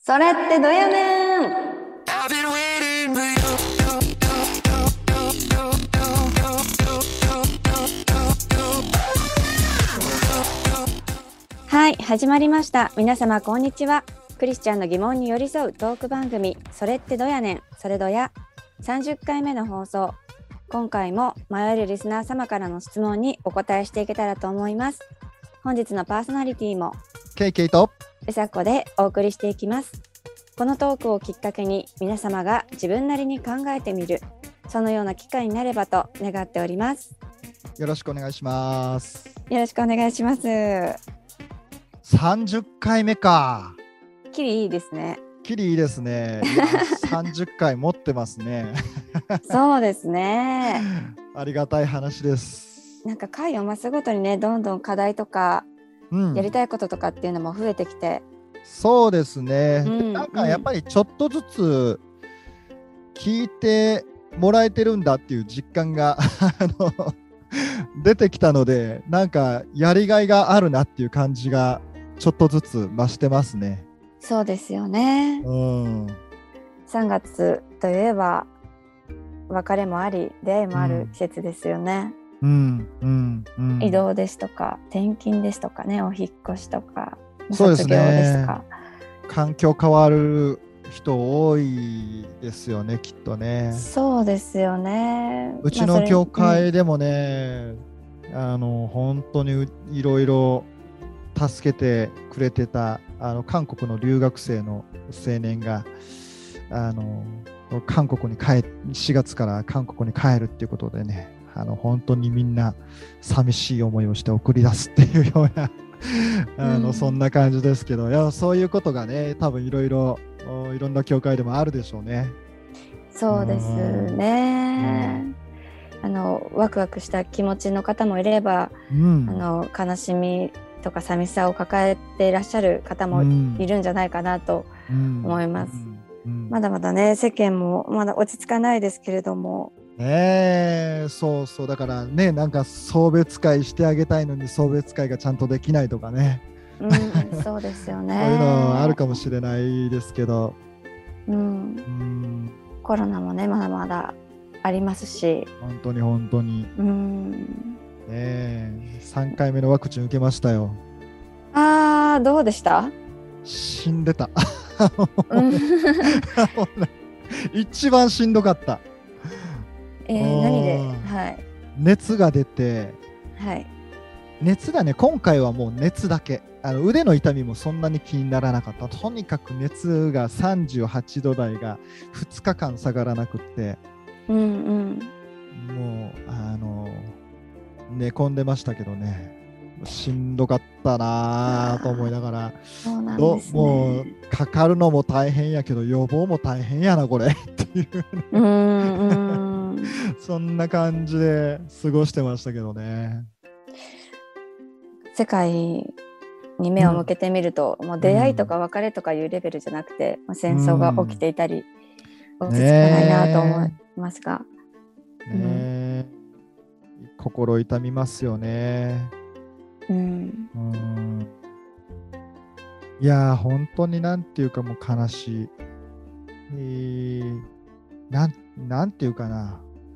それってどやねん。はい、始まりました。皆様こんにちは。クリスチャンの疑問に寄り添うトーク番組、それってどやねん、それどや30回目の放送。今回も迷えるリスナー様からの質問にお答えしていけたらと思います。本日のパーソナリティもケイケイとうさこでお送りしていきます。このトークをきっかけに皆様が自分なりに考えてみる、そのような機会になればと願っております。 よろしくお願いします。 よろしくお願いします。 30回目か。 キリいいですね。 キリいいですね。いや30回持ってますね。 そうですね。 ありがたい話です。 なんか回を増すごとにね、どんどん課題とか、やりたいこととかっていうのも増えてきて、 そうですね、 なんかやっぱりちょっとずつ聞いてもらえてるんだっていう実感が出てきたので、なんかやりがいがあるなっていう感じがちょっとずつ増してますね。 そうですよね。3月といえば別れもあり出会いもある季節ですよね。移動ですとか転勤ですとかね、お引っ越しとか卒業ですとか、 環境変わる人多いですよね、きっとね。 そうですよね。 うちの教会でもね、本当にいろいろ助けてくれてた韓国の留学生の青年が韓国に4月から韓国に帰るっていうことでね、本当にみんな寂しい思いをして送り出すっていうようなそんな感じですけど、いやそういうことがね、多分いろんな教会でもあるでしょうね。 そうですね。ワクワクした気持ちの方もいれば、悲しみとか寂しさを抱えていらっしゃる方もいるんじゃないかなと思います。まだまだね、世間もまだ落ち着かないですけれども、 そうだからね、なんか送別会してあげたいのに送別会がちゃんとできないとかね、 そうですよね。 そういうのあるかもしれないですけど、 コロナもねまだまだありますし、 本当に3回目のワクチン受けましたよ。 どうでした？ 死んでた一番しんどかった。 何で？ 熱が出て、熱がね、今回はもう熱だけ、腕の痛みもそんなに気にならなかった。とにかく熱が38度台が2日間下がらなくって、もう寝込んでましたけどね、しんどかったなと思いながら、 そうなんですね、 もうかかるのも大変やけど予防も大変やなこれっていうそんな感じで過ごしてましたけどね。 世界に目を向けてみると、もう出会いとか別れとかいうレベルじゃなくて、戦争が起きていたり、落ち着かないなと思いますが、 心痛みますよね。いや本当になんていうかもう悲しい、なんていうかな、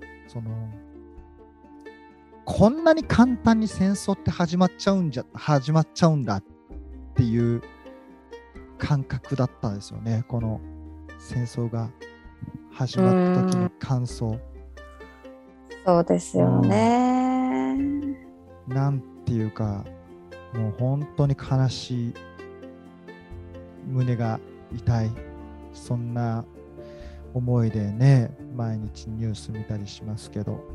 こんなに簡単に戦争って始まっちゃうんだっていう感覚だったんですよね。この戦争が始まった時の感想。 そうですよね。 なんていうか、もう本当に悲しい、胸が痛い、そんな思いでね、毎日ニュース見たりしますけど、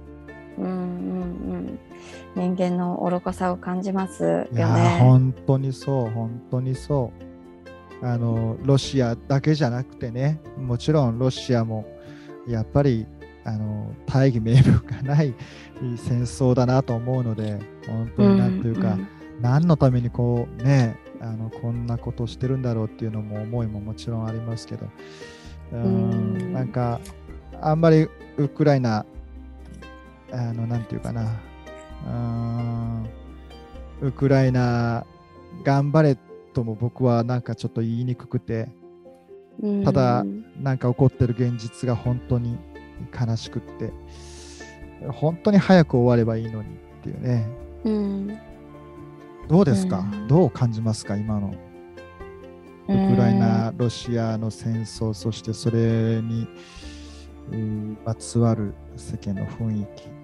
人間の愚かさを感じますよね。 いや本当にそう。ロシアだけじゃなくてね、もちろんロシアもやっぱり大義名分がない戦争だなと思うので、本当になんていうか、何のためにこうね、こんなことをしてるんだろうっていうのも思いももちろんありますけど、なんかあんまりウクライナなんていうかな、ウクライナ頑張れとも僕はなんかちょっと言いにくくて、 ただなんか起こってる現実が本当に悲しくって、本当に早く終わればいいのにっていうね。どうですか、どう感じますか、今のウクライナ、ロシアの戦争、そしてそれにまつわる世間の雰囲気。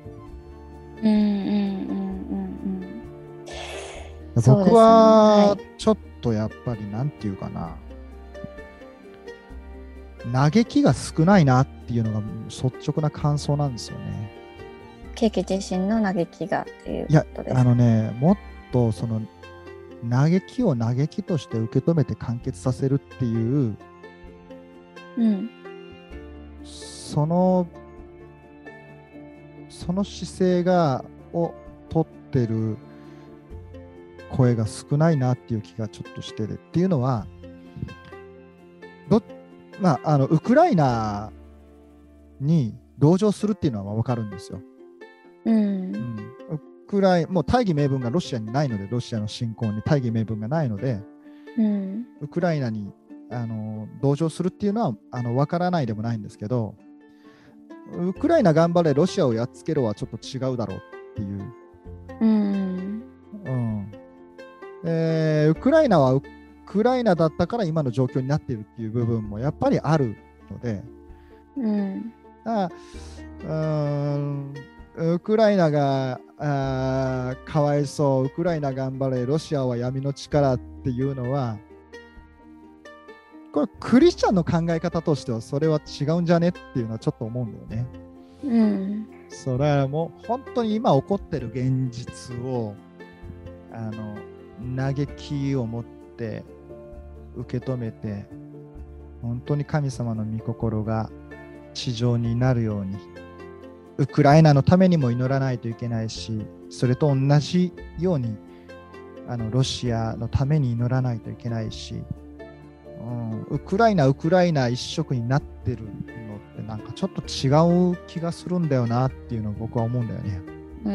僕はちょっとやっぱりなんていうかな、嘆きが少ないなっていうのが率直な感想なんですよね。 ケーキ自身の嘆きがっていうことですか？ いや、もっとその嘆きを嘆きとして受け止めて完結させるっていう、その姿勢を取ってる声が少ないなっていう気がちょっとしてるっていうのは、ウクライナに同情するっていうのは分かるんですよ。もう大義名分がロシアにないので、ロシアの侵攻に大義名分がないので、ウクライナに同情するっていうのは分からないでもないんですけど、ウクライナ頑張れ、ロシアをやっつけろはちょっと違うだろうっていう。ウクライナはウクライナだったから今の状況になっているっていう部分もやっぱりあるので、ウクライナがかわいそう、ウクライナ頑張れ、ロシアは闇の力っていうのは、これクリスチャンの考え方としてはそれは違うんじゃねっていうのはちょっと思うんだよね。それはもう本当に今起こってる現実を嘆きを持って受け止めて、本当に神様の御心が地上になるように、ウクライナのためにも祈らないといけないし、それと同じようにロシアのために祈らないといけないし、ウクライナ一色になってるのってなんかちょっと違う気がするんだよなっていうのを僕は思うんだよね。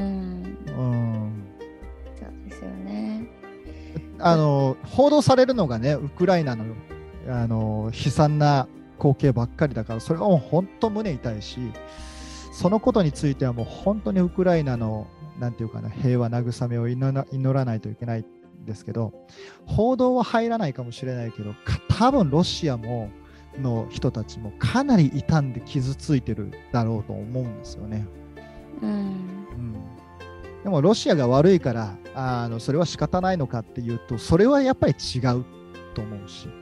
そうですよね。 報道されるのがね、ウクライナの悲惨な光景ばっかりだから、それがもう本当胸痛いし、そのことについてはもう本当にウクライナのなんていうかな、平和慰めを祈らないといけないんですけど、報道は入らないかもしれないけど、多分ロシアの人たちもかなり傷んで傷ついてるだろうと思うんですよね。でもロシアが悪いからそれは仕方ないのかっていうと、それはやっぱり違うと思うし、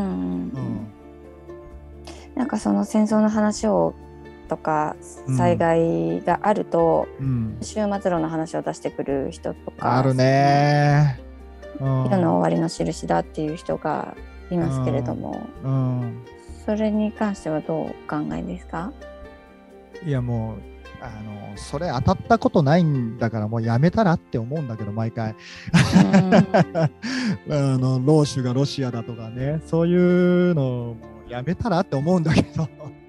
なんかその戦争の話をとか災害があると、終末論の話を出してくる人とかあるね。 世の終わりの印だっていう人がいますけれども、それに関してはどうお考えですか？ いやもうそれ当たったことないんだからもうやめたらって思うんだけど、毎回老主がロシアだとかね、そういうのもやめたらって思うんだけど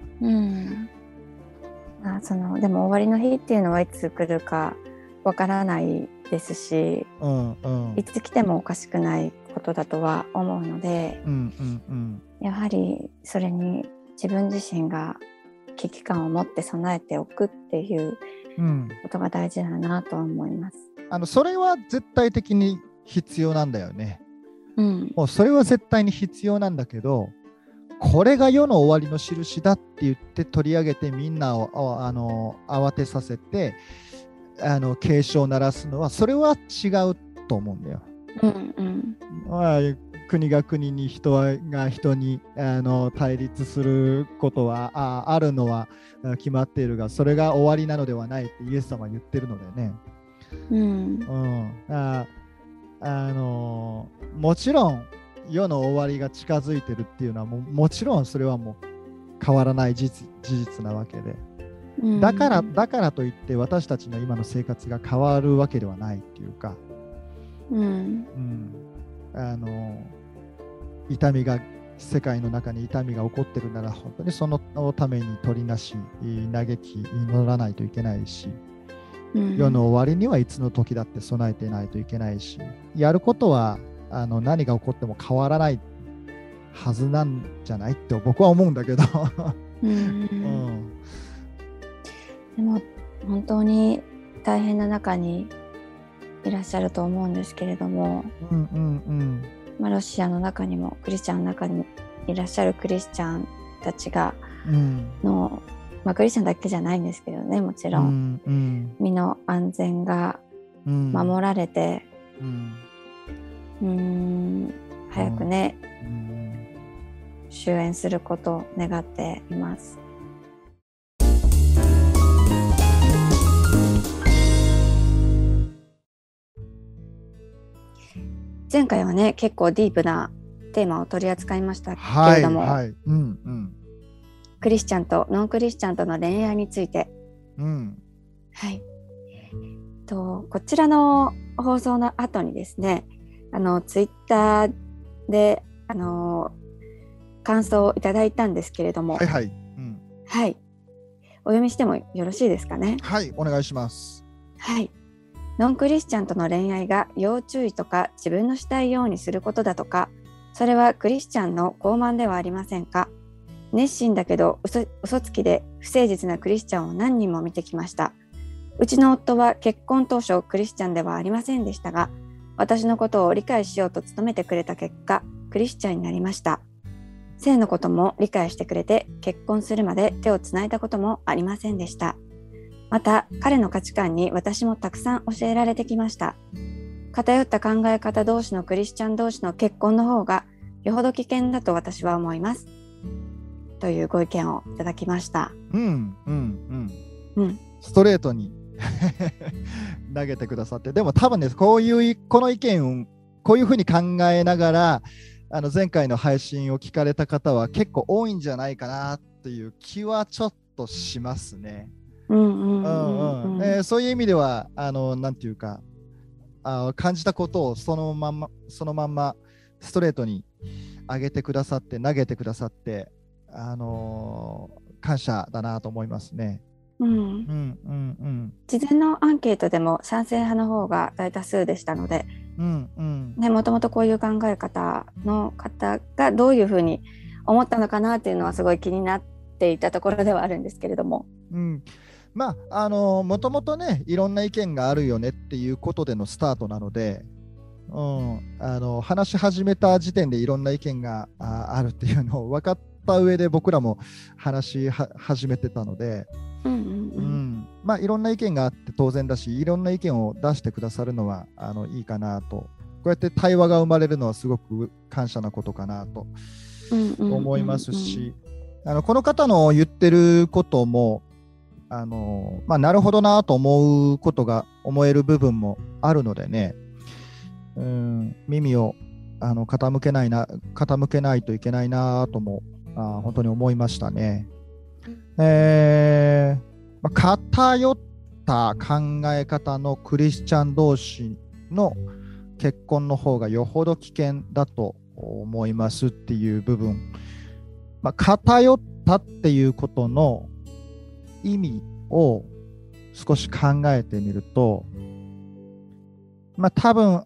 でも終わりの日っていうのはいつ来るかわからないですし、いつ来てもおかしくないことだとは思うので、やはりそれに自分自身が危機感を持って備えておくっていうことが大事だなと思います。 それは絶対的に必要なんだよね。もうそれは絶対に必要なんだけど、これが世の終わりの印だって言って取り上げてみんなを慌てさせて警鐘を鳴らすのは、それは違うと思うんだよ。国が国に、人が人に対立することはあるのは決まっているが、それが終わりなのではないってイエス様は言ってるのでね。もちろん世の終わりが近づいてるっていうのはもちろんそれはもう変わらない事実なわけで、だからといって私たちの今の生活が変わるわけではないっていうか、世界の中に痛みが起こってるなら、本当にそのために取りなし嘆き祈らないといけないし、世の終わりにはいつの時だって備えていないといけないし、やることは何が起こっても変わらないはずなんじゃないって僕は思うんだけどうん、でも本当に大変な中にいらっしゃると思うんですけれども、ロシアの中にもクリスチャンの中にいらっしゃるクリスチャンたちがの、クリスチャンだけじゃないんですけどね、もちろん、身の安全が守られて、早くね、終焉することを願っています。前回はね、結構ディープなテーマを取り扱いましたけれども、クリスチャンとノンクリスチャンとの恋愛について、はい、こちらの放送の後にですね、ツイッターで感想をいただいたんですけれども、はい、お読みしてもよろしいですかね。 はい、お願いします。 はい。ノンクリスチャンとの恋愛が要注意とか自分のしたいようにすることだとか、それはクリスチャンの傲慢ではありませんか？熱心だけど嘘つきで不誠実なクリスチャンを何人も見てきました。うちの夫は結婚当初クリスチャンではありませんでしたが、私のことを理解しようと努めてくれた結果、クリスチャンになりました。性のことも理解してくれて、結婚するまで手をつないだこともありませんでした。また、彼の価値観に私もたくさん教えられてきました。偏った考え方同士のクリスチャン同士の結婚の方がよほど危険だと私は思います。というご意見をいただきました。 ストレートに投げてくださって、でも多分ね、この意見をこういうふうに考えながら前回の配信を聞かれた方は結構多いんじゃないかなっていう気はちょっとしますね。そういう意味ではなんていうか感じたことをそのまんまストレートに上げてくださって投げてくださって感謝だなと思いますね。 事前のアンケートでも賛成派の方が大多数でしたので、もともとこういう考え方の方がどういうふうに思ったのかなっていうのはすごい気になっていたところではあるんですけれども、 もともとね、いろんな意見があるよねっていうことでのスタートなので、話し始めた時点でいろんな意見があるっていうのを分かった上で僕らも話し始めてたので、いろんな意見があって当然だし、いろんな意見を出してくださるのはいいかなと、こうやって対話が生まれるのはすごく感謝なことかなと思いますし、この方の言ってることもなるほどなと思える部分もあるのでね、耳を傾けないといけないなとも本当に思いましたね。偏った考え方のクリスチャン同士の結婚の方がよほど危険だと思いますっていう部分、偏ったっていうことの意味を少し考えてみると、多分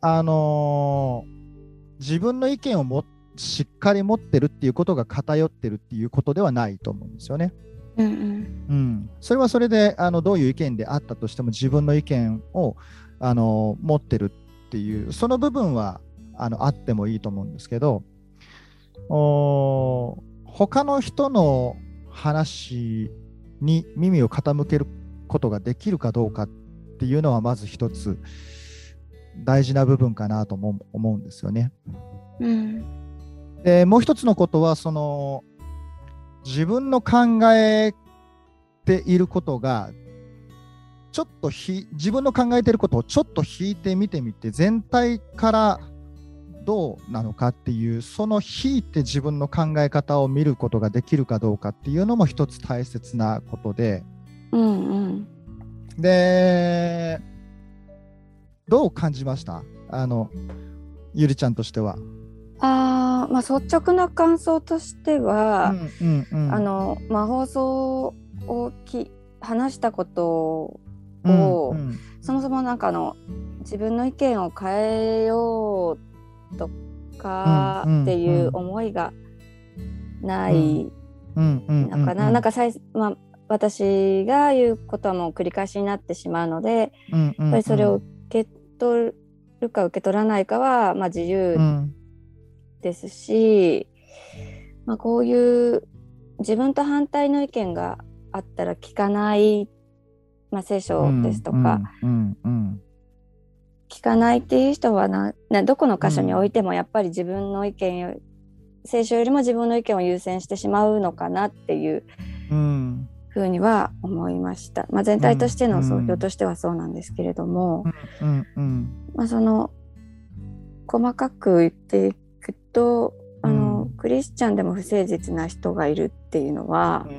自分の意見をしっかり持ってるっていうことが偏ってるっていうことではないと思うんですよね。それはそれでどういう意見であったとしても自分の意見を持ってるっていうその部分はあってもいいと思うんですけど、他の人の話に耳を傾けることができるかどうかっていうのはまず一つ大事な部分かなとも思うんですよね。でもう一つのことは自分の考えていることがちょっと自分の考えていることをちょっと引いてみてみて全体からどうなのかっていうその引いて自分の考え方を見ることができるかどうかっていうのも一つ大切なことで、でどう感じましたゆりちゃんとしては。 率直な感想としては、放送を話したことを、そもそも自分の意見を変えようとかっていう思いがないのかな。なんか私が言うことはもう繰り返しになってしまうので、やっぱりそれを受け取るか受け取らないかは自由ですし、こういう自分と反対の意見があったら聞かない、聖書ですとか、聞かないっていう人はどこの箇所においてもやっぱり自分の意見を、聖書よりも自分の意見を優先してしまうのかなっていうふうには思いました。全体としての総評としてはそうなんですけれども、その細かく言っていくと、クリスチャンでも不誠実な人がいるっていうのは、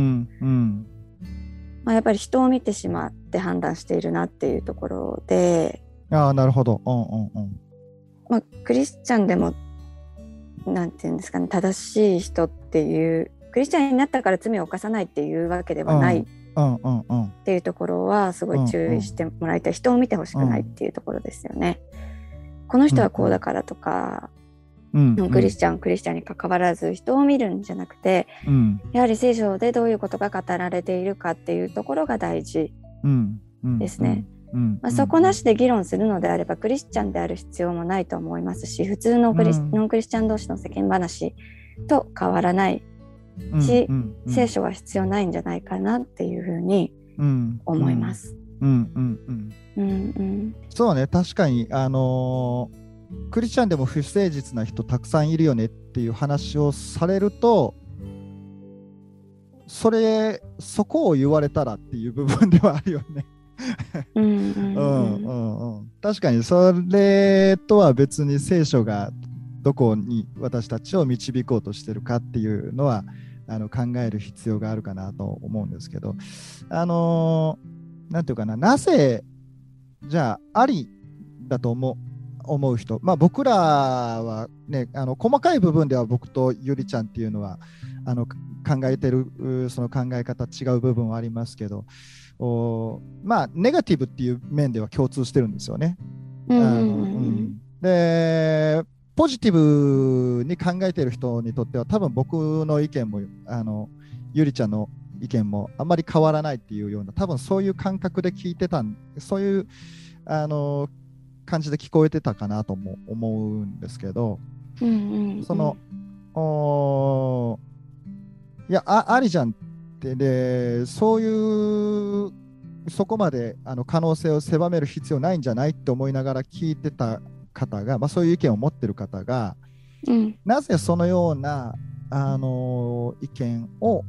やっぱり人を見てしまって判断しているなっていうところで、 なるほど。 クリスチャンでもなんていうんですかね、正しい人っていう、クリスチャンになったから罪を犯さないっていうわけではないっていうところはすごい注意してもらいたい。人を見てほしくないっていうところですよね。この人はこうだからとか、クリスチャンに関わらず人を見るんじゃなくて、やはり聖書でどういうことが語られているかっていうところが大事ですね。そこなしで議論するのであればクリスチャンである必要もないと思いますし、普通のノンクリスチャン同士の世間話と変わらないし、聖書は必要ないんじゃないかなっていうふうに思います。 そうね、確かにクリスチャンでも不誠実な人たくさんいるよねっていう話をされると、そこを言われたらっていう部分ではあるよね。確かにそれとは別に聖書がどこに私たちを導こうとしてるかっていうのは考える必要があるかなと思うんですけど、なんていうかな、なぜじゃあありだと思う人、僕らはね、細かい部分では僕とゆりちゃんっていうのは考えてるその考え方違う部分はありますけど、ネガティブっていう面では共通してるんですよね。でポジティブに考えている人にとっては多分僕の意見もゆりちゃんの意見もあんまり変わらないっていうような、多分そういう感覚で聞いてた、そういう感じで聞こえてたかなとも思うんですけど、いや ありじゃんってで、そういうそこまで可能性を狭める必要ないんじゃないって思いながら聞いてた方が、そういう意見を持ってる方が、なぜそのような意見を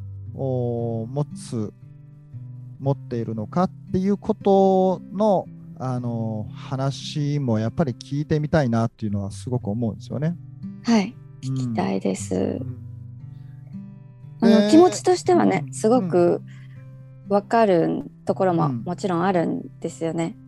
持っているのかっていうことの話もやっぱり聞いてみたいなっていうのはすごく思うんですよね。 はい、聞きたいです。気持ちとしてはね、すごく分かるところももちろんあるんですよね。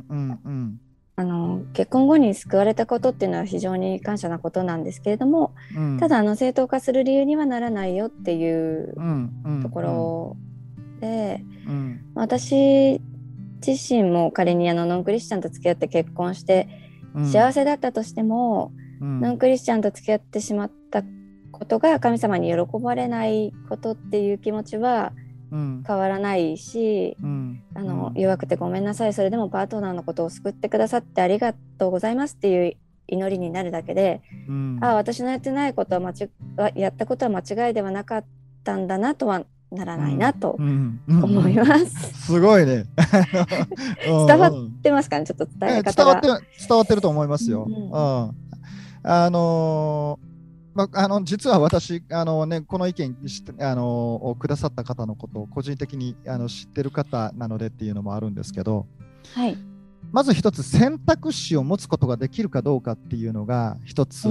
結婚後に救われたことっていうのは非常に感謝なことなんですけれども、ただ正当化する理由にはならないよっていうところで、私自身も仮にノンクリスチャンと付き合って結婚して幸せだったとしても、ノンクリスチャンと付き合ってしまったことが神様に喜ばれないことっていう気持ちは変わらないし、弱くてごめんなさい、それでもパートナーのことを救ってくださってありがとうございますっていう祈りになるだけで、私のやってないことはやったことは間違いではなかったんだなとはならないなと思います。 すごいね。 伝わってますかね、ちょっと伝え方が。 伝わってると思いますよ。実は私この意見をくださった方のことを個人的に知ってる方なのでっていうのもあるんですけど、まず一つ選択肢を持つことができるかどうかっていうのが一つ、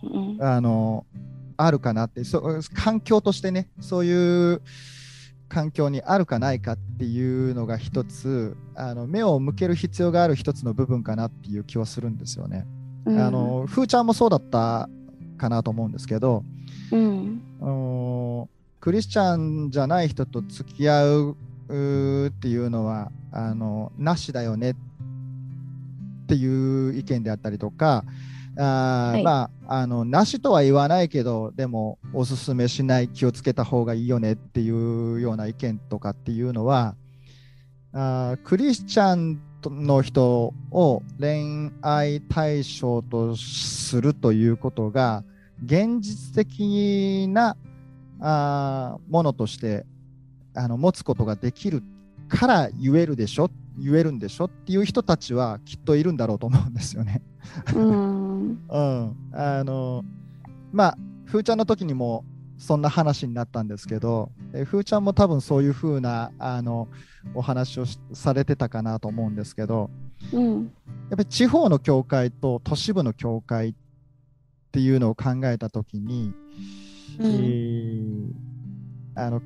あるかなって、環境としてね、そういう環境にあるかないかっていうのが一つ目を向ける必要がある一つの部分かなっていう気はするんですよね。ふーちゃんもそうだったかなと思うんですけど、クリスチャンじゃない人と付き合うっていうのはなしだよねっていう意見であったりとか、 はい、 まあ、なしとは言わないけど、でもおすすめしない、気をつけた方がいいよねっていうような意見とかっていうのは、クリスチャンの人を恋愛対象とするということが現実的なものとして持つことができるから言えるんでしょっていう人たちはきっといるんだろうと思うんですよね。 うん、 うん、まあふーちゃんの時にもそんな話になったんですけど、ふーちゃんも多分そういうふうなお話をされてたかなと思うんですけど、 うん、 やっぱり地方の教会と都市部の教会っていうのを考えた時に、 うん、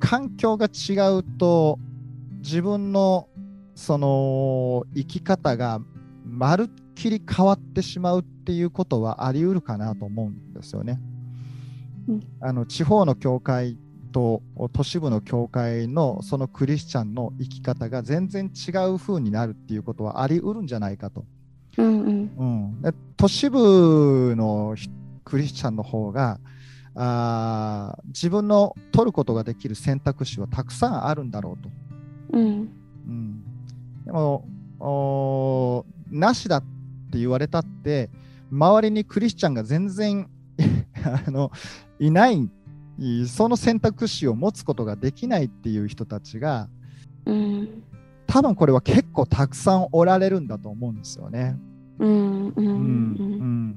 環境が違うと自分のその生き方がまるっきり変わってしまうっていうことはあり得るかなと思うんですよね。地方の教会と都市部の教会のそのクリスチャンの生き方が全然違う風になるっていうことはあり得るんじゃないかと。 うんうん、 で都市部のクリスチャンの方が自分の取ることができる選択肢はたくさんあるんだろうと。 うん、 うん、でもなしだって言われたって周りにクリスチャンが全然いない、その選択肢を持つことができないっていう人たちが、 うん、 多分これは結構たくさんおられるんだと思うんですよね。 うん、うん、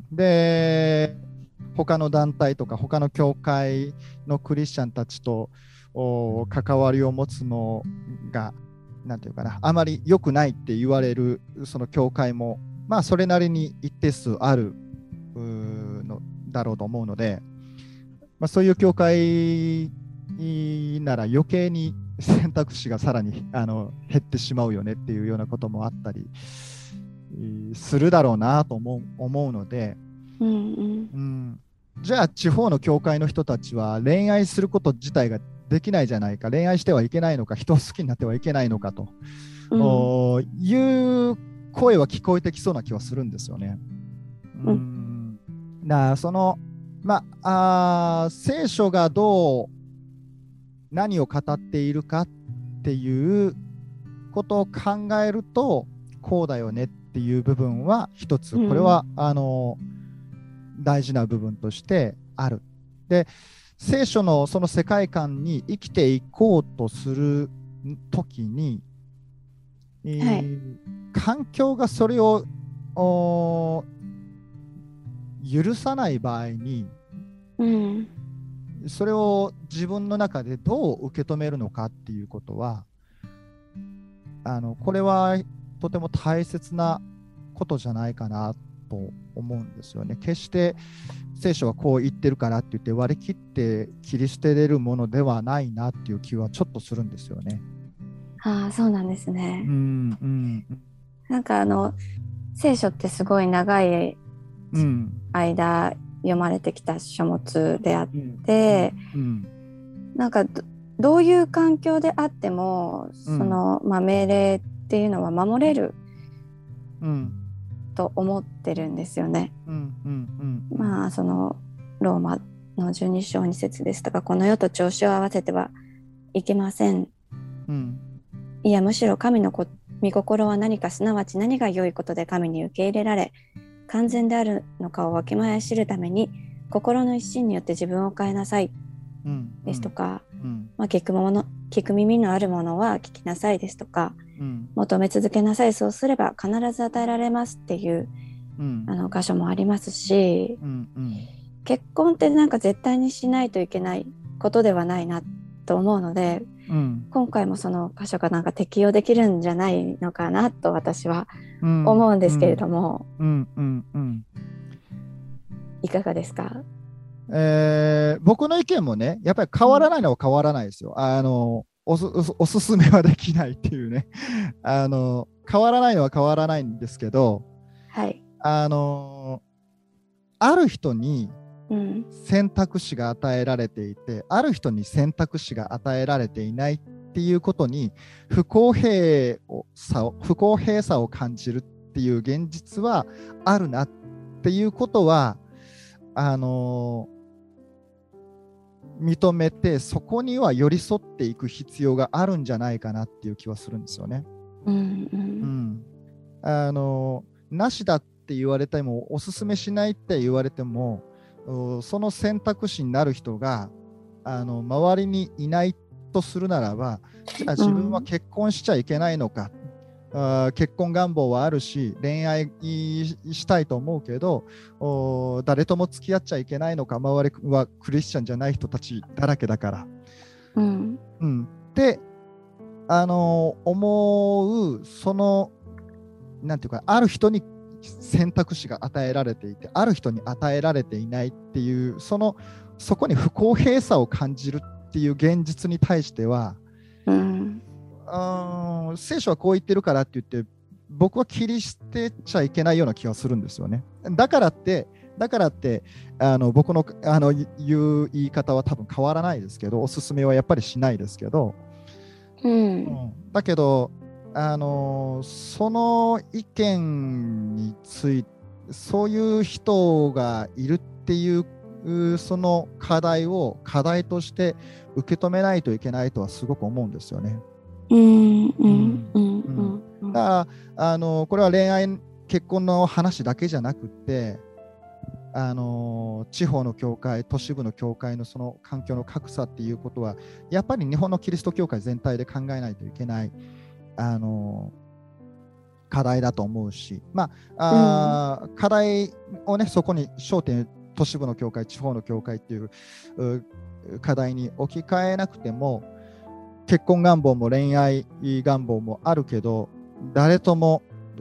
で他の団体とか他の教会のクリスチャンたちと関わりを持つのがなんていうかな、あまり良くないって言われるその教会もまあそれなりに一定数あるのだろうと思うので、まあ、そういう教会なら余計に選択肢がさらに減ってしまうよねっていうようなこともあったりするだろうなと思うので、じゃあ地方の教会の人たちは恋愛すること自体ができないじゃないか、恋愛してはいけないのか、人を好きになってはいけないのかと、いう声は聞こえてきそうな気はするんですよね。その聖書が何を語っているかっていうことを考えるとこうだよねっていう部分は一つこれは、大事な部分としてある。で聖書のその世界観に生きていこうとするときに、環境がそれを許さない場合に、それを自分の中でどう受け止めるのかっていうことはこれはとても大切なことじゃないかなと思うんですよね。決して聖書はこう言ってるからって言って割り切って切り捨てれるものではないなっていう気はちょっとするんですよね。 そうなんですね。なんか聖書ってすごい長い間読まれてきた書物であって、なんかどういう環境であってもその、命令っていうのは守れると思ってるんですよね。そのローマの12章2節ですとか、この世と調子を合わせてはいけません。いやむしろ神の御心は何か、すなわち何が良いことで神に受け入れられ完全であるのかをわきまえ知るために心の一心によって自分を変えなさい、ですとか、聞く耳のあるものは聞きなさいですとか、求め続けなさい、そうすれば必ず与えられますっていう、箇所もありますし、結婚ってなんか絶対にしないといけないことではないなと思うので、今回もその箇所がなんか適用できるんじゃないのかなと私は思うんですけれども、いかがですか？ 僕の意見もねやっぱり変わらないのは変わらないですよ。おすすめはできないっていうね変わらないのは変わらないんですけど、ある人に選択肢が与えられていて、ある人に選択肢が与えられていないっていうことに不公平さを感じるっていう現実はあるなっっていうことは認めて、そこには寄り添っていく必要があるんじゃないかなっていう気はするんですよね。なしだって言われても、おすすめしないって言われても、その選択肢になる人が周りにいないとするならば、じゃあ自分は結婚しちゃいけないのか、結婚願望はあるし恋愛したいと思うけど誰とも付き合っちゃいけないのか、周りはクリスチャンじゃない人たちだらけだから、って思う、そのなんていうか、ある人に選択肢が与えられていて、ある人に与えられていないっていう、そこに不公平さを感じるっていう現実に対しては、聖書はこう言ってるからって言って僕は切り捨てちゃいけないような気がするんですよね。だからって僕の言う言い方は多分変わらないですけど、おすすめはやっぱりしないですけど、だけどその意見について、そういう人がいるっていうその課題を課題として受け止めないといけないとはすごく思うんですよね。だからこれは恋愛結婚の話だけじゃなくて、地方の教会、都市部の教会のその環境の格差っていうことはやっぱり日本のキリスト教会全体で考えないといけない課題だと思うし、課題をね、そこに焦点、都市部の教会、地方の教会っていう課題に置き換えなくても、結婚願望も恋愛願望もあるけど、誰とも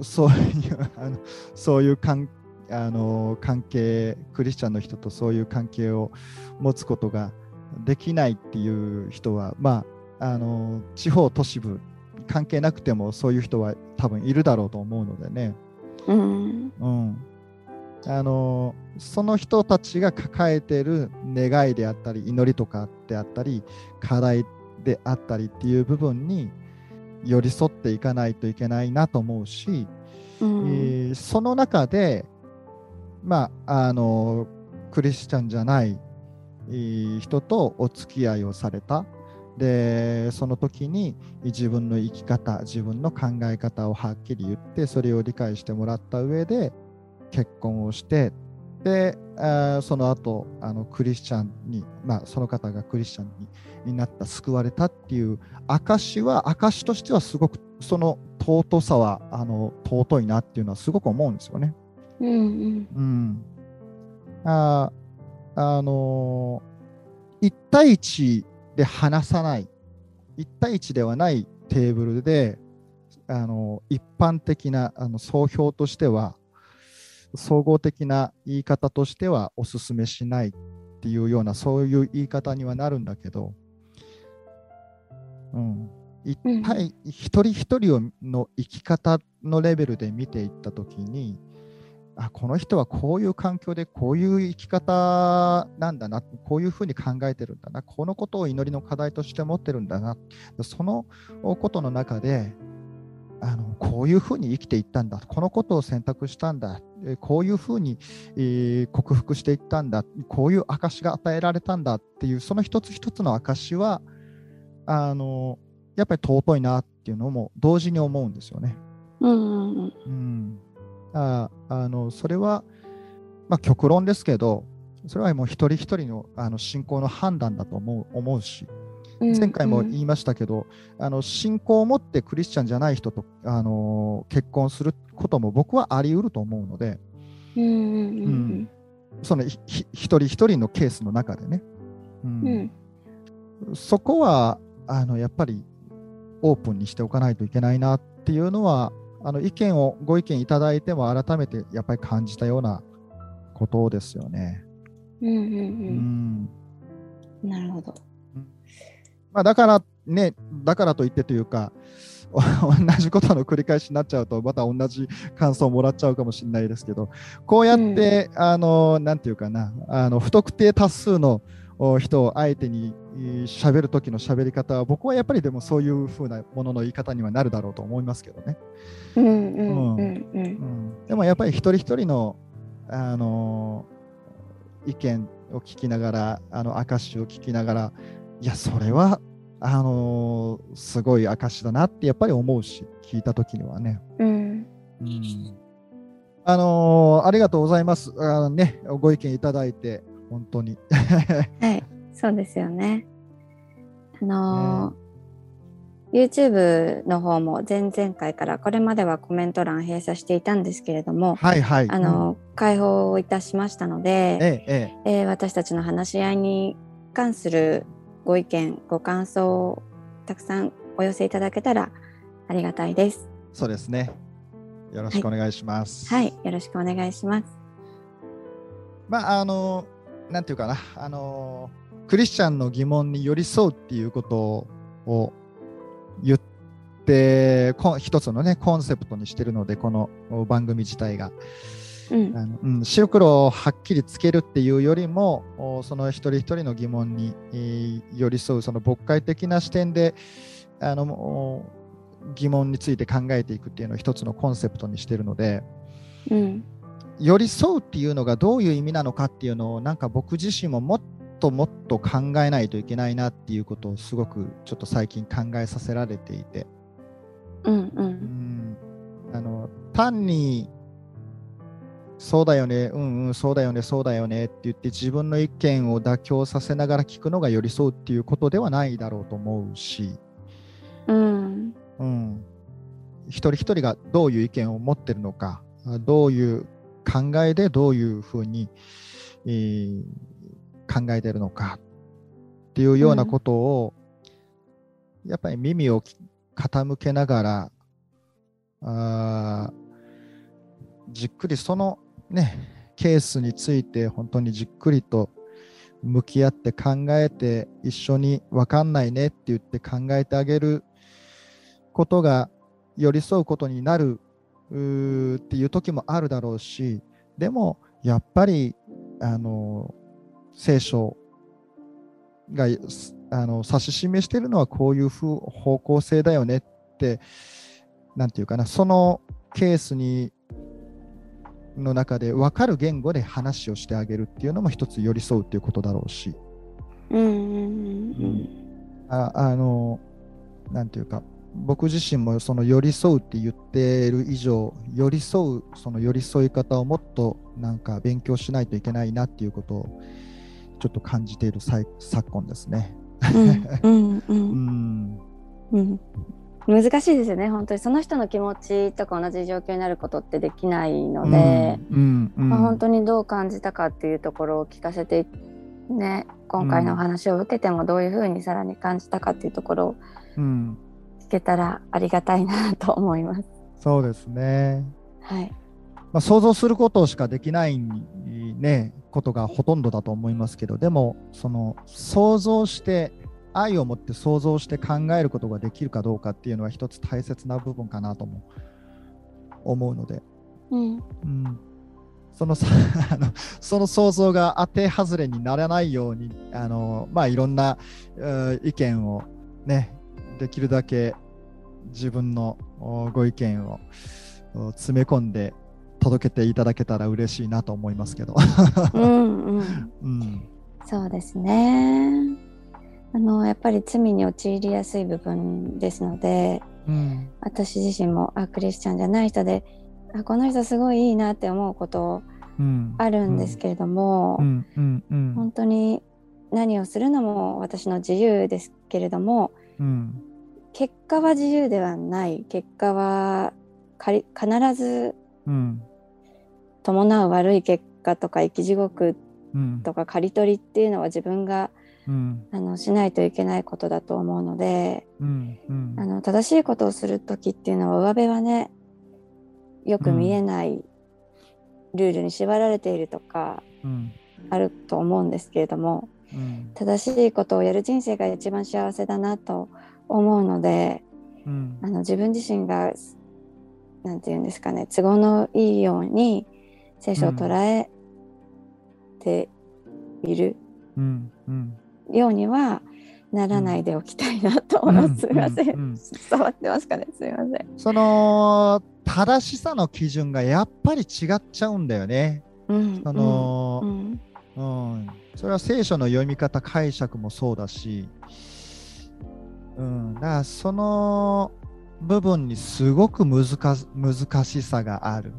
そういう関係、クリスチャンの人とそういう関係を持つことができないっていう人は、地方都市部関係なくてもそういう人は多分いるだろうと思うのでね、その人たちが抱えている願いであったり祈りとかであったり課題であったりっていう部分に寄り添っていかないといけないなと思うし、その中でクリスチャンじゃない人とお付き合いをされた。でその時に自分の生き方、自分の考え方をはっきり言って、それを理解してもらった上で結婚をして、でその後クリスチャンに、その方がクリスチャンになった、救われたっていう証としてはすごくその尊さは尊いなっていうのはすごく思うんですよね。1対1で話さない、1対1ではないテーブルで一般的な総評としては、総合的な言い方としてはお勧めしないっていうような、そういう言い方にはなるんだけど、一人一人の生き方のレベルで見ていったときに、この人はこういう環境でこういう生き方なんだな、こういうふうに考えてるんだな、このことを祈りの課題として持ってるんだな、そのことの中でこういうふうに生きていったんだ、このことを選択したんだ、こういうふうに、克服していったんだ、こういう証が与えられたんだっていう、その一つ一つの証はやっぱり尊いなっていうのも同時に思うんですよね。それは、極論ですけど、それはもう一人一人の、信仰の判断だと思うし、前回も言いましたけど、信仰を持ってクリスチャンじゃない人と結婚することも僕はあり得ると思うので、その一人一人のケースの中でね、そこはやっぱりオープンにしておかないといけないなっていうのは、ご意見いただいても改めてやっぱり感じたようなことですよね。 なるほど。 だからといってというか、同じことの繰り返しになっちゃうとまた同じ感想をもらっちゃうかもしれないですけど、こうやって、なんていうかな、不特定多数の人を相手に喋る時の喋り方は、僕はやっぱりでもそういう風なものの言い方にはなるだろうと思いますけどね。でもやっぱり一人一人の意見を聞きながら証を聞きながら、いやそれはすごい証だなってやっぱり思うし、聞いた時にはね、ありがとうございます。ご意見いただいて本当にはい、そうですよね。YouTube の方も前々回からこれまではコメント欄閉鎖していたんですけれども、開放いたしましたので、私たちの話し合いに関するご意見ご感想をたくさんお寄せいただけたらありがたいです。 そうですね、よろしくお願いします。 はい、よろしくお願いします。 なんていうかな、クリスチャンの疑問に寄り添うっていうことを言って一つのねコンセプトにしてるので、この番組自体が、白黒をはっきりつけるっていうよりも、その一人一人の疑問に寄り添う、その牧会的な視点で疑問について考えていくっていうのを一つのコンセプトにしてるので、寄り添うっていうのがどういう意味なのかっていうのをなんか僕自身ももっともっと考えないといけないなっていうことをすごくちょっと最近考えさせられていて、単にそうだよね、そうだよね、そうだよねって言って自分の意見を妥協させながら聞くのが寄り添うっていうことではないだろうと思うし、一人一人がどういう意見を持ってるのか、どういう考えでどういうふうに、考えてるのかっていうようなことを、やっぱり耳を傾けながらじっくりそのねケースについて本当にじっくりと向き合って考えて、一緒に分かんないねって言って考えてあげることが寄り添うことになるっていう時もあるだろうし、でもやっぱり聖書が指し示しているのはこういう方向性だよねって、なんていうかな、そのケースの中で分かる言語で話をしてあげるっていうのも一つ寄り添うっていうことだろうし、なんていうか、僕自身もその寄り添うって言っている以上、寄り添うその寄り添い方をもっとなんか勉強しないといけないなっていうことをちょっと感じている昨今ですね。 難しいですよね、本当にその人の気持ちとか同じ状況になることってできないので、本当にどう感じたかっていうところを聞かせてね、今回のお話を受けてもどういうふうにさらに感じたかっていうところを聞けたらありがたいなと思います。 そうですね、 はい。 想像することしかできないねことがほとんどだと思いますけど、でもその想像して愛を持って想像して考えることができるかどうかっていうのは一つ大切な部分かなとも思うので、その想像が当て外れにならないようにいろんな意見をね、できるだけ自分のご意見を詰め込んで届けていただけたら嬉しいなと思いますけどそうですね、やっぱり罪に陥りやすい部分ですので、私自身もクリスチャンじゃない人でこの人すごいいいなって思うことあるんですけれども、本当に何をするのも私の自由ですけれども、結果は自由ではない、結果は必ず伴う悪い結果とか生き地獄とか刈り取りっていうのは自分がしないといけないことだと思うので、正しいことをするときっていうのは上辺はねよく見えないルールに縛られているとかあると思うんですけれども、正しいことをやる人生が一番幸せだなと思うので、自分自身がなんていうんですかね、都合のいいように聖書を捉えているようにはならないでおきたいなと思います。すみません、伝わってますかね、すみません。 その正しさの基準がやっぱり違っちゃうんだよね。 その、それは聖書の読み方解釈もそうだし、だからその部分にすごく難しさがある。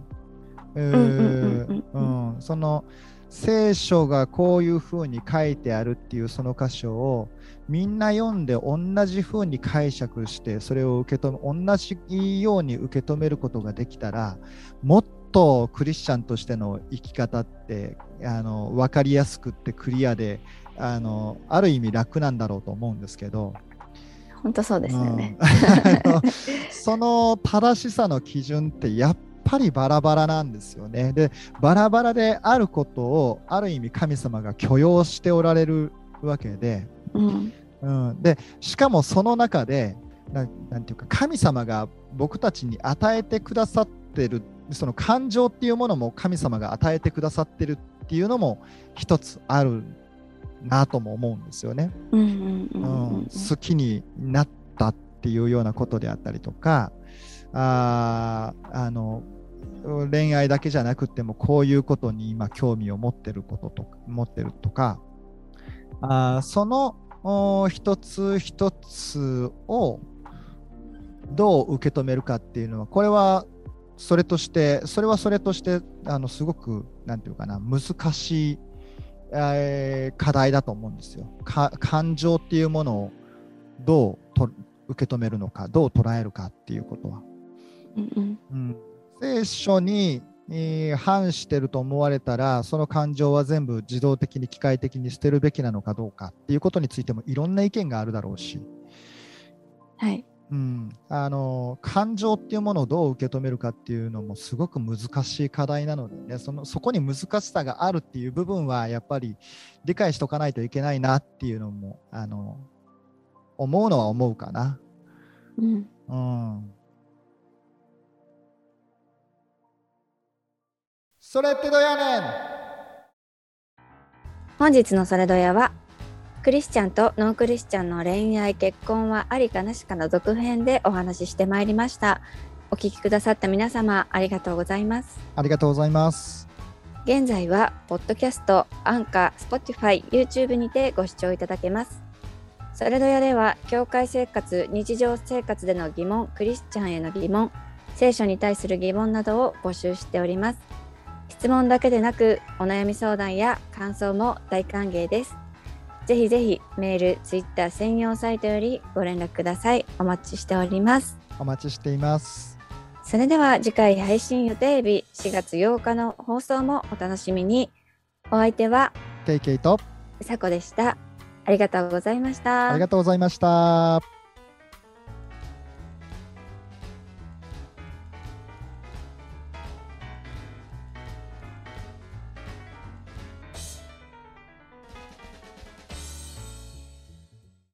その聖書がこういうふうに書いてあるっていうその箇所をみんな読んで同じふうに解釈してそれを同じように受け止めることができたら、もっとクリスチャンとしての生き方って分かりやすくってクリアである意味楽なんだろうと思うんですけど、 本当そうですよね。 その正しさの基準ってやっぱりバラバラなんですよね。で、バラバラであることをある意味神様が許容しておられるわけで、でしかもその中でなんていうか、神様が僕たちに与えてくださってるその感情っていうものも神様が与えてくださってるっていうのも一つあるなとも思うんですよね。好きになったっていうようなことであったりとか、恋愛だけじゃなくてもこういうことに今興味を持ってるとか、その一つ一つをどう受け止めるかっていうのは、これはそれとしてすごくなんていうかな、難しい、課題だと思うんですよ。感情っていうものをどう受け止めるのか、どう捉えるかっていうことは、聖書に反してると思われたら、その感情は全部自動的に機械的に捨てるべきなのかどうかっていうことについてもいろんな意見があるだろうし、感情っていうものをどう受け止めるかっていうのもすごく難しい課題なのでね、そこに難しさがあるっていう部分はやっぱり理解しとかないといけないなっていうのも思うのは思うかな。それってどうやねん。 本日のそれどやは、クリスチャンとノンクリスチャンの恋愛結婚はありかなしかの続編でお話ししてまいりました。お聞きくださった皆様ありがとうございます。 ありがとうございます。 現在はポッドキャスト、アンカー、Spotify、YouTube にてご視聴いただけます。それどやでは、教会生活、日常生活での疑問、クリスチャンへの疑問、聖書に対する疑問などを募集しております。質問だけでなく、お悩み相談や感想も大歓迎です。ぜひぜひメール、ツイッター専用サイトよりご連絡ください。お待ちしております。 お待ちしています。 それでは次回配信予定日4月8日の放送もお楽しみに。お相手は KKとうさこでした。ありがとうございました。 ありがとうございました。